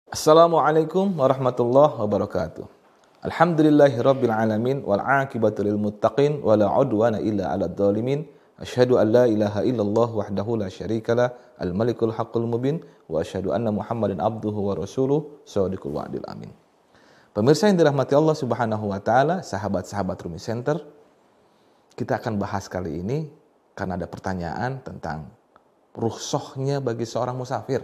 Assalamualaikum warahmatullahi wabarakatuh. Alhamdulillahirabbil alamin wal aqibatu lil muttaqin wala udwana illa 'alal dzalimin. Asyhadu an la ilaha illallah wahdahu la syarikalah al malikul haqqul mubin wa asyhadu anna Muhammadan abduhu wa rasuluh shadiqul wa'dil amin. Pemirsa yang dirahmati Allah Subhanahu wa taala, sahabat-sahabat Rumi Center, kita akan bahas kali ini karena ada pertanyaan tentang rukhsahnya bagi seorang musafir.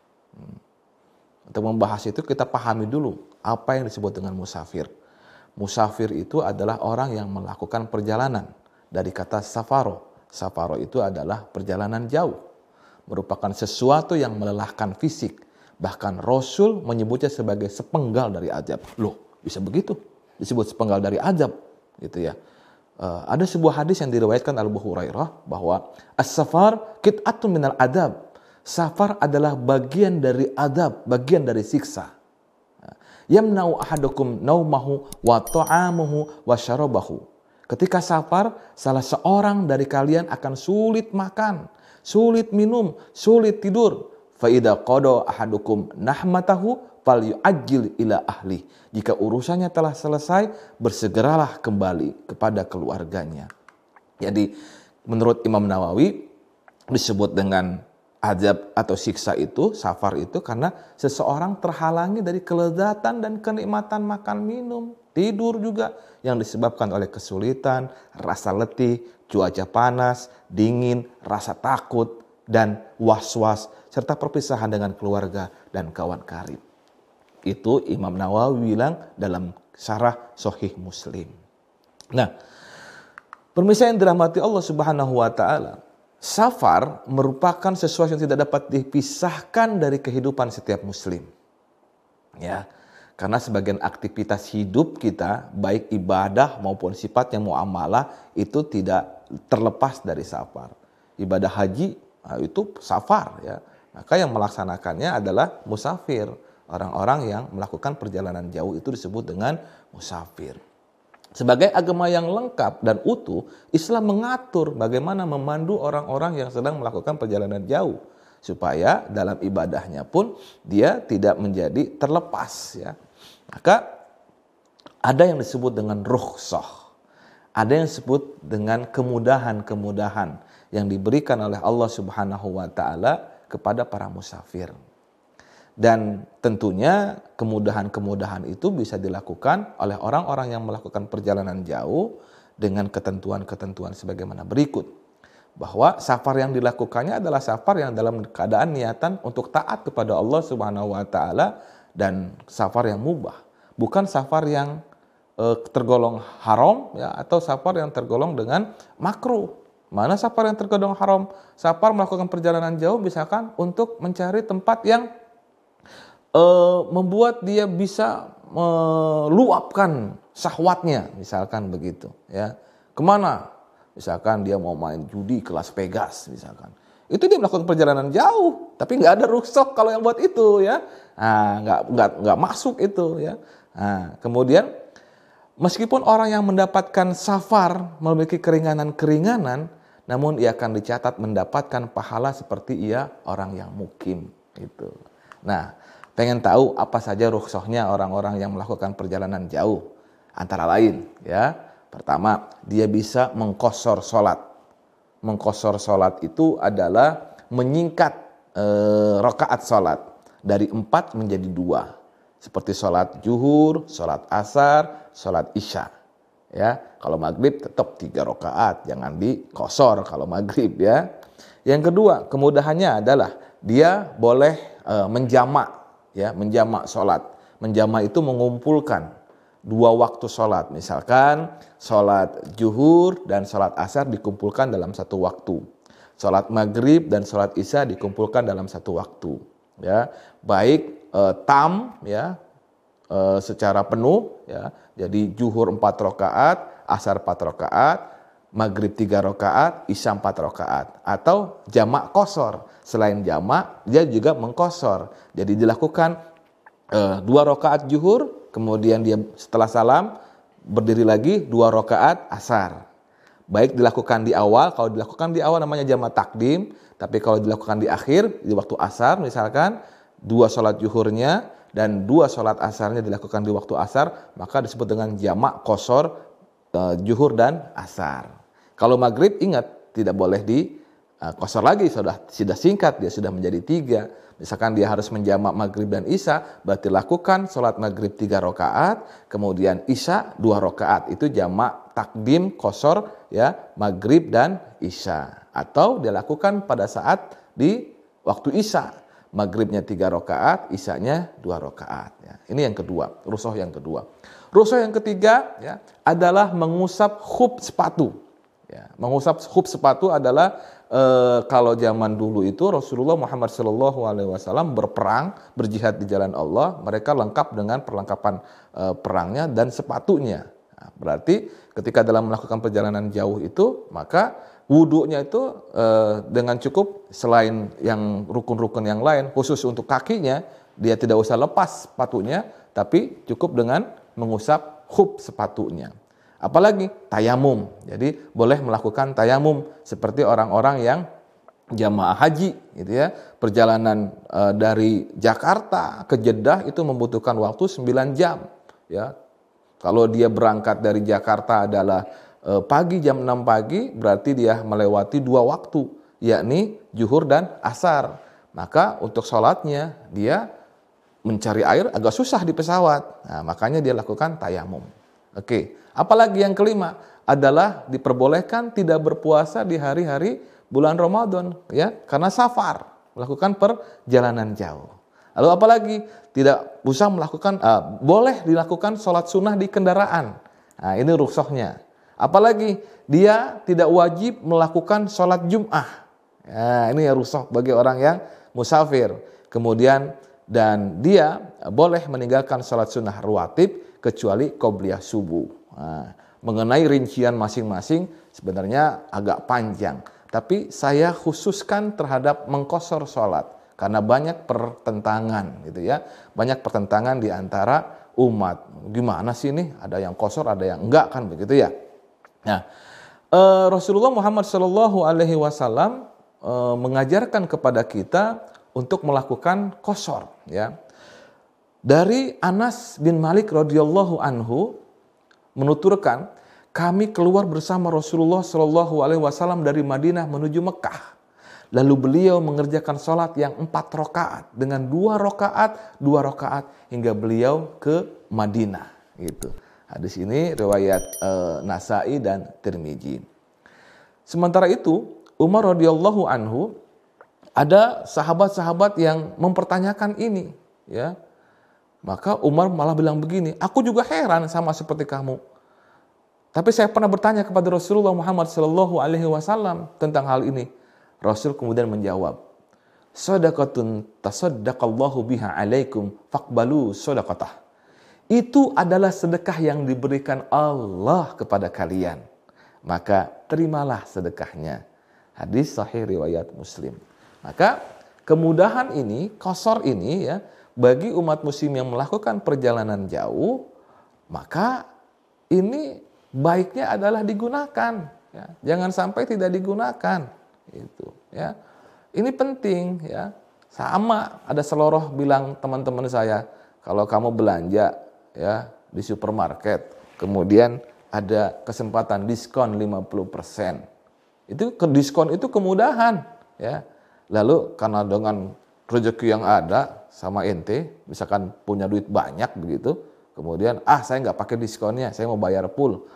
Untuk membahas itu kita pahami dulu apa yang disebut dengan musafir. Musafir itu adalah orang yang melakukan perjalanan. Dari kata safaro. Safaro itu adalah perjalanan jauh. Merupakan sesuatu yang melelahkan fisik. Bahkan Rasul menyebutnya sebagai sepenggal dari azab. Loh, bisa begitu? Disebut sepenggal dari azab, gitu ya. Ada sebuah hadis yang diriwayatkan Abu Hurairah bahwa as-safar qit'atun minal adab. Safar adalah bagian dari adab, bagian dari siksa. Yamna'u ahadukum naumahu wa ta'amuhu wa syarabahu. Ketika safar, salah seorang dari kalian akan sulit makan, sulit minum, sulit tidur. Fa idza qada ahadukum nahmatahu falyu'ajjil ila ahli. Jika urusannya telah selesai, bersegeralah kembali kepada keluarganya. Jadi menurut Imam Nawawi disebut dengan azab atau siksa itu, safar itu karena seseorang terhalangi dari kelezatan dan kenikmatan makan minum, tidur juga yang disebabkan oleh kesulitan, rasa letih, cuaca panas, dingin, rasa takut dan was-was serta perpisahan dengan keluarga dan kawan karib. Itu Imam Nawawi bilang dalam syarah Sahih Muslim. Nah, pemirsa yang dirahmati Allah Subhanahu wa taala, safar merupakan sesuatu yang tidak dapat dipisahkan dari kehidupan setiap muslim. Ya, karena sebagian aktivitas hidup kita, baik ibadah maupun sifatnya muamalah, itu tidak terlepas dari safar. Ibadah haji itu safar, ya. Maka yang melaksanakannya adalah musafir. Orang-orang yang melakukan perjalanan jauh itu disebut dengan musafir. Sebagai agama yang lengkap dan utuh, Islam mengatur bagaimana memandu orang-orang yang sedang melakukan perjalanan jauh. Supaya dalam ibadahnya pun dia tidak menjadi terlepas. Ya. Maka ada yang disebut dengan rukhsah. Ada yang disebut dengan kemudahan-kemudahan yang diberikan oleh Allah Subhanahu wa taala kepada para musafir. Dan tentunya kemudahan-kemudahan itu bisa dilakukan oleh orang-orang yang melakukan perjalanan jauh dengan ketentuan-ketentuan sebagaimana berikut. Bahwa safar yang dilakukannya adalah safar yang dalam keadaan niatan untuk taat kepada Allah Subhanahu wa taala dan safar yang mubah. Bukan safar yang tergolong haram ya, atau safar yang tergolong dengan makruh. Mana safar yang tergolong haram? Safar melakukan perjalanan jauh misalkan untuk mencari tempat yang membuat dia bisa meluapkan syahwatnya, misalkan begitu ya. Kemana? Misalkan dia mau main judi ke Las Vegas misalkan. Itu dia melakukan perjalanan jauh, tapi nggak ada rukhsah kalau yang buat itu ya. Nah, nggak masuk itu ya. Nah, kemudian meskipun orang yang mendapatkan safar memiliki keringanan-keringanan, namun ia akan dicatat mendapatkan pahala seperti ia orang yang mukim gitu. Nah, pengen tahu apa saja rukhsahnya orang-orang yang melakukan perjalanan jauh? Antara lain, ya. Pertama, dia bisa mengqashar salat. Mengqashar salat itu adalah menyingkat rakaat salat dari 4 menjadi 2. Seperti salat zuhur, salat asar, salat isya. Ya, kalau maghrib tetap 3 rakaat, jangan diqashar kalau maghrib ya. Yang kedua, kemudahannya adalah dia boleh menjamak. Ya, menjamak sholat. Menjamak itu mengumpulkan 2 waktu sholat. Misalkan sholat zuhur dan sholat asar dikumpulkan dalam 1 waktu. Sholat maghrib dan sholat isya dikumpulkan dalam 1 waktu. Ya, baik tam ya secara penuh ya. Jadi zuhur 4 rakaat, asar 4 rakaat, maghrib 3 rakaat, isya 4 rakaat. Atau jamak qashar. Selain jamak, dia juga mengqashar. Jadi dilakukan 2 rakaat zuhur, kemudian dia setelah salam berdiri lagi 2 rakaat asar. Baik dilakukan di awal, kalau dilakukan di awal namanya jamak takdim, tapi kalau dilakukan di akhir, di waktu asar misalkan, 2 sholat zuhurnya, dan 2 sholat asarnya dilakukan di waktu asar, maka disebut dengan jamak qashar zuhur dan asar. Kalau maghrib ingat tidak boleh di qashar lagi, sudah singkat, dia sudah menjadi 3. Misalkan dia harus menjamak maghrib dan isya, berarti lakukan sholat maghrib 3 rakaat, kemudian isya 2 rakaat. Itu jamak takdim qashar ya, maghrib dan isya. Atau dia lakukan pada saat di waktu isya, maghribnya 3 rakaat, isyanya 2 rakaat. Ya. Ini yang kedua, rukhsah yang kedua. Rukhsah yang ketiga ya, adalah mengusap khuf sepatu. Ya, mengusap khuf sepatu adalah kalau zaman dulu itu Rasulullah Muhammad SAW berperang, berjihad di jalan Allah, mereka lengkap dengan perlengkapan perangnya dan sepatunya. Nah, berarti ketika dalam melakukan perjalanan jauh itu, maka wudhunya itu dengan cukup, selain yang rukun-rukun yang lain, khusus untuk kakinya, dia tidak usah lepas sepatunya, tapi cukup dengan mengusap khuf sepatunya. Apalagi tayamum. Jadi boleh melakukan tayamum seperti orang-orang yang jamaah haji gitu ya. Perjalanan dari Jakarta ke Jeddah itu membutuhkan waktu 9 jam ya. Kalau dia berangkat dari Jakarta adalah pagi jam 6 pagi, berarti dia melewati 2 waktu, yakni zuhur dan asar. Maka untuk sholatnya dia mencari air agak susah di pesawat. Nah, makanya dia lakukan tayamum. Oke. Apalagi yang kelima adalah diperbolehkan tidak berpuasa di hari-hari bulan Ramadan ya, karena safar, melakukan perjalanan jauh. Lalu apalagi tidak usah melakukan boleh dilakukan sholat sunnah di kendaraan. Nah, ini rukhsahnya. Apalagi dia tidak wajib melakukan sholat Jum'ah. Ya, ini ya rukhsah bagi orang yang musafir. Kemudian dan dia boleh meninggalkan sholat sunnah rawatib kecuali qobliyah subuh. Nah, mengenai rincian masing-masing sebenarnya agak panjang, tapi saya khususkan terhadap mengqashar sholat karena banyak pertentangan gitu ya, banyak pertentangan di antara umat. Gimana sih ini? Ada yang qashar, ada yang enggak kan begitu ya. Nah, Rasulullah Muhammad SAW mengajarkan kepada kita untuk melakukan qashar ya. Dari Anas bin Malik radhiyallahu anhu menuturkan, kami keluar bersama Rasulullah SAW dari Madinah menuju Mekah. Lalu beliau mengerjakan sholat yang 4 rakaat dengan 2 rakaat hingga beliau ke Madinah. Gitu. Hadis ini riwayat Nasa'i dan Tirmidzi. Sementara itu Umar radhiyallahu anhu, ada sahabat-sahabat yang mempertanyakan ini, ya. Maka Umar malah bilang begini, aku juga heran sama seperti kamu. Tapi saya pernah bertanya kepada Rasulullah Muhammad SAW tentang hal ini. Rasul kemudian menjawab, Shadaqatun tasaddaqallahu biha alaikum faqbalu shadaqatah. Itu adalah sedekah yang diberikan Allah kepada kalian. Maka terimalah sedekahnya. Hadis sahih riwayat Muslim. Maka kemudahan ini, qashar ini ya, bagi umat muslim yang melakukan perjalanan jauh, maka ini baiknya adalah digunakan. Ya. Jangan sampai tidak digunakan. Itu, ya. Ini penting, ya. Sama ada seloroh bilang teman-teman saya, kalau kamu belanja ya di supermarket, kemudian ada kesempatan diskon 50%. Itu diskon itu kemudahan, ya. Lalu karena dengan rezeki yang ada sama ente, misalkan punya duit banyak begitu, kemudian saya nggak pakai diskonnya, saya mau bayar full.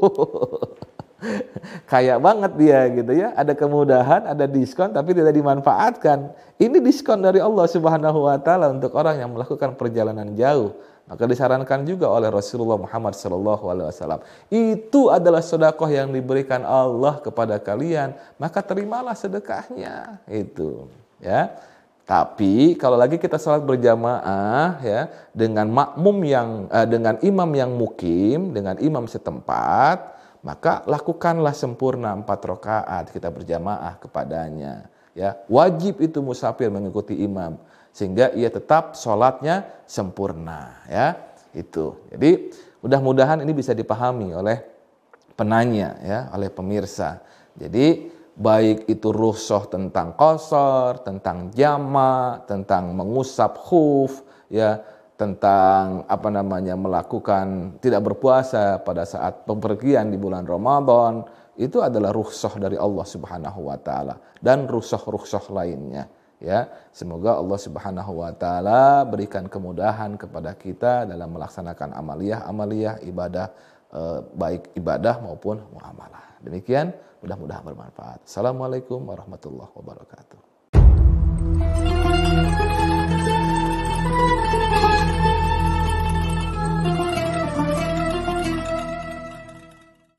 Kayak banget dia gitu ya, ada kemudahan, ada diskon tapi tidak dimanfaatkan. Ini diskon dari Allah Subhanahu wa taala untuk orang yang melakukan perjalanan jauh. Maka disarankan juga oleh Rasulullah Muhammad SAW. Itu adalah sedekah yang diberikan Allah kepada kalian, maka terimalah sedekahnya. Itu, ya. Tapi kalau lagi kita salat berjamaah ya dengan makmum yang dengan imam yang mukim, dengan imam setempat, maka lakukanlah sempurna 4 rakaat kita berjamaah kepadanya. Ya, wajib itu musafir mengikuti imam sehingga ia tetap sholatnya sempurna. Ya, itu. Jadi mudah-mudahan ini bisa dipahami oleh penanya, ya, oleh pemirsa. Jadi baik itu rukhsah tentang qashar, tentang jama, tentang mengusap khuf, ya, tentang melakukan tidak berpuasa pada saat pepergian di bulan Ramadan, itu adalah rukhsah dari Allah Subhanahu wa taala dan rukhsah-rukhsah lainnya, ya. Semoga Allah Subhanahu wa taala berikan kemudahan kepada kita dalam melaksanakan amaliyah ibadah, baik ibadah maupun muamalah. Demikian, mudah-mudahan bermanfaat. Assalamualaikum warahmatullahi wabarakatuh.